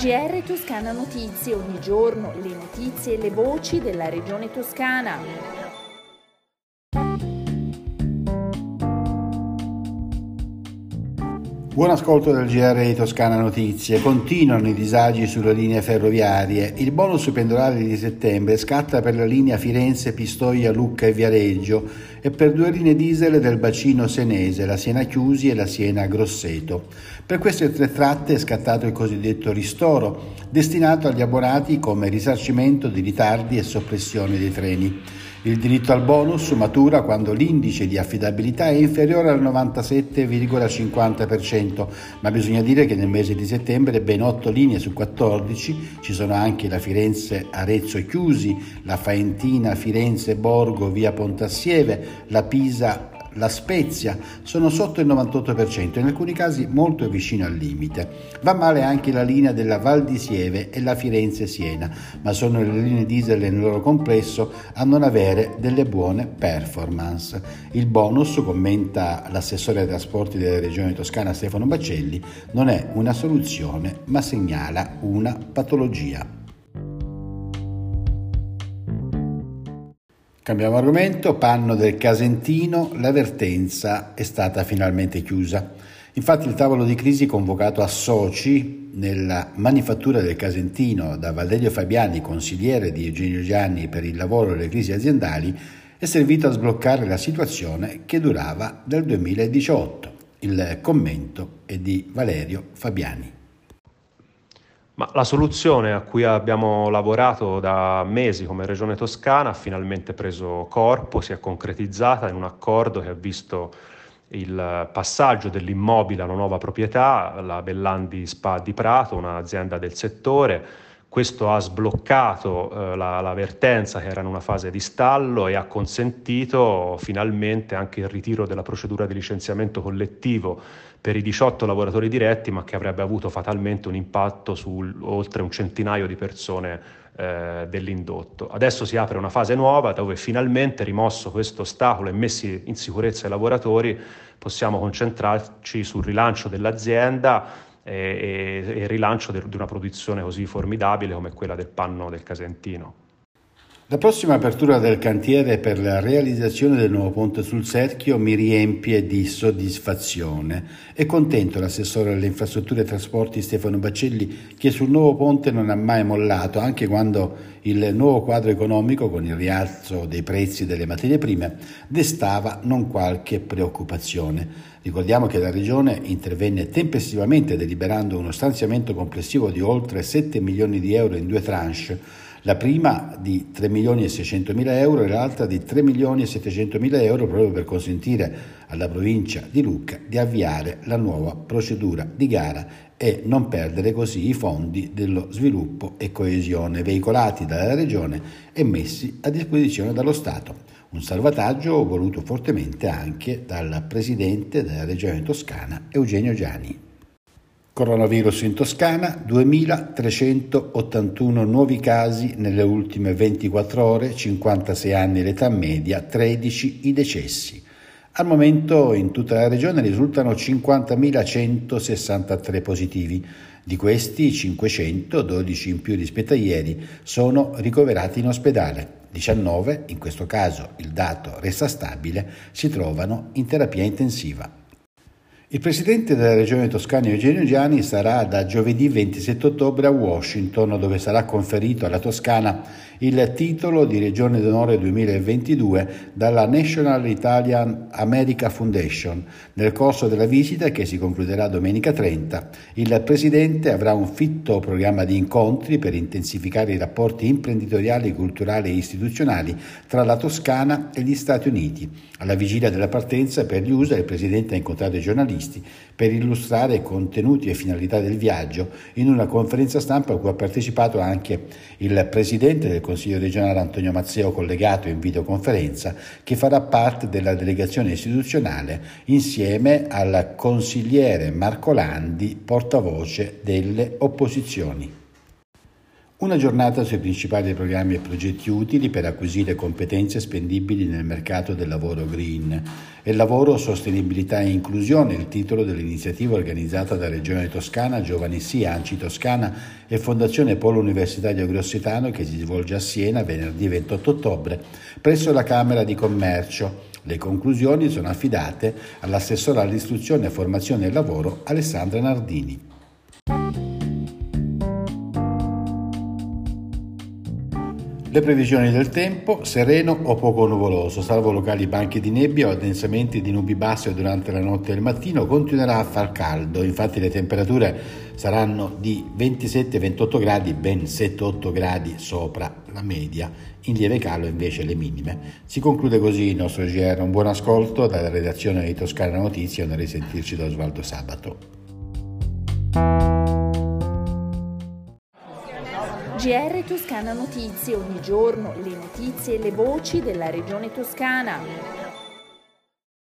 GR Toscana Notizie, ogni giorno le notizie e le voci della regione toscana. Buon ascolto del GR di Toscana Notizie. Continuano i disagi sulle linee ferroviarie. Il bonus pendolare di settembre scatta per la linea Firenze, Pistoia, Lucca e Viareggio e per 2 linee diesel del bacino senese, la Siena Chiusi e la Siena Grosseto. Per queste 3 tratte è scattato il cosiddetto ristoro, destinato agli abbonati come risarcimento di ritardi e soppressione dei treni. Il diritto al bonus matura quando l'indice di affidabilità è inferiore al 97,50%, ma bisogna dire che nel mese di settembre ben 8 linee su 14, ci sono anche la Firenze-Arezzo-Chiusi, la Faentina-Firenze-Borgo via Pontassieve, la Pisa La Spezia, sono sotto il 98%, in alcuni casi molto vicino al limite. Va male anche la linea della Val di Sieve e la Firenze-Siena, ma sono le linee diesel nel loro complesso a non avere delle buone performance. Il bonus, commenta l'assessore ai trasporti della regione toscana Stefano Baccelli, non è una soluzione ma segnala una patologia. Cambiamo argomento, panno del Casentino, la vertenza è stata finalmente chiusa. Infatti il tavolo di crisi convocato a soci nella manifattura del Casentino da Valerio Fabiani, consigliere di Eugenio Gianni per il lavoro e le crisi aziendali, è servito a sbloccare la situazione che durava dal 2018. Il commento è di Valerio Fabiani. Ma la soluzione a cui abbiamo lavorato da mesi come Regione Toscana ha finalmente preso corpo, si è concretizzata in un accordo che ha visto il passaggio dell'immobile a una nuova proprietà, la Bellandi Spa di Prato, un'azienda del settore. Questo ha sbloccato la vertenza che era in una fase di stallo e ha consentito finalmente anche il ritiro della procedura di licenziamento collettivo per i 18 lavoratori diretti, ma che avrebbe avuto fatalmente un impatto su oltre un centinaio di persone dell'indotto. Adesso si apre una fase nuova dove finalmente, rimosso questo ostacolo e messi in sicurezza i lavoratori, possiamo concentrarci sul rilancio dell'azienda e il rilancio di una produzione così formidabile come quella del panno del Casentino. La prossima apertura del cantiere per la realizzazione del nuovo ponte sul Serchio mi riempie di soddisfazione. È contento l'assessore alle infrastrutture e trasporti Stefano Baccelli, che sul nuovo ponte non ha mai mollato, anche quando il nuovo quadro economico, con il rialzo dei prezzi delle materie prime, destava non qualche preoccupazione. Ricordiamo che la Regione intervenne tempestivamente deliberando uno stanziamento complessivo di oltre 7 milioni di euro in 2 tranche, la prima di 3 milioni e 600 mila euro e l'altra di 3 milioni e 700 mila euro, proprio per consentire alla provincia di Lucca di avviare la nuova procedura di gara e non perdere così i fondi dello sviluppo e coesione veicolati dalla Regione e messi a disposizione dallo Stato. Un salvataggio voluto fortemente anche dal presidente della Regione Toscana Eugenio Gianni. Coronavirus in Toscana, 2.381 nuovi casi nelle ultime 24 ore, 56 anni l'età media, 13 i decessi. Al momento in tutta la regione risultano 50.163 positivi. Di questi 500, 12 in più rispetto a ieri, sono ricoverati in ospedale. 19, in questo caso il dato resta stabile, si trovano in terapia intensiva. Il presidente della regione toscana Eugenio Gianni sarà da giovedì 27 ottobre a Washington, dove sarà conferito alla Toscana il titolo di Regione d'Onore 2022 dalla National Italian America Foundation. Nel corso della visita, che si concluderà domenica 30, il presidente avrà un fitto programma di incontri per intensificare i rapporti imprenditoriali, culturali e istituzionali tra la Toscana e gli Stati Uniti. Alla vigilia della partenza per gli USA, il presidente ha incontrato i giornalisti per illustrare contenuti e finalità del viaggio in una conferenza stampa a cui ha partecipato anche il presidente del Consiglio regionale Antonio Mazzeo, collegato in videoconferenza, che farà parte della delegazione istituzionale insieme al consigliere Marco Landi, portavoce delle opposizioni. Una giornata sui principali programmi e progetti utili per acquisire competenze spendibili nel mercato del lavoro green. E lavoro, sostenibilità e inclusione, il titolo dell'iniziativa organizzata da Regione Toscana, Giovani Sì, ANCI Toscana e Fondazione Polo Universitario Grossetano, che si svolge a Siena venerdì 28 ottobre presso la Camera di Commercio. Le conclusioni sono affidate all'assessora all'istruzione, formazione e lavoro Alessandra Nardini. Le previsioni del tempo: sereno o poco nuvoloso, salvo locali banchi di nebbia o addensamenti di nubi basse durante la notte e il mattino. Continuerà a far caldo, infatti le temperature saranno di 27-28 gradi, ben 7-8 gradi sopra la media, in lieve calo invece le minime. Si conclude così il nostro GR, un buon ascolto dalla redazione di Toscana Notizie, a risentirci da Osvaldo Sabato. GR Toscana Notizie, ogni giorno le notizie e le voci della regione toscana.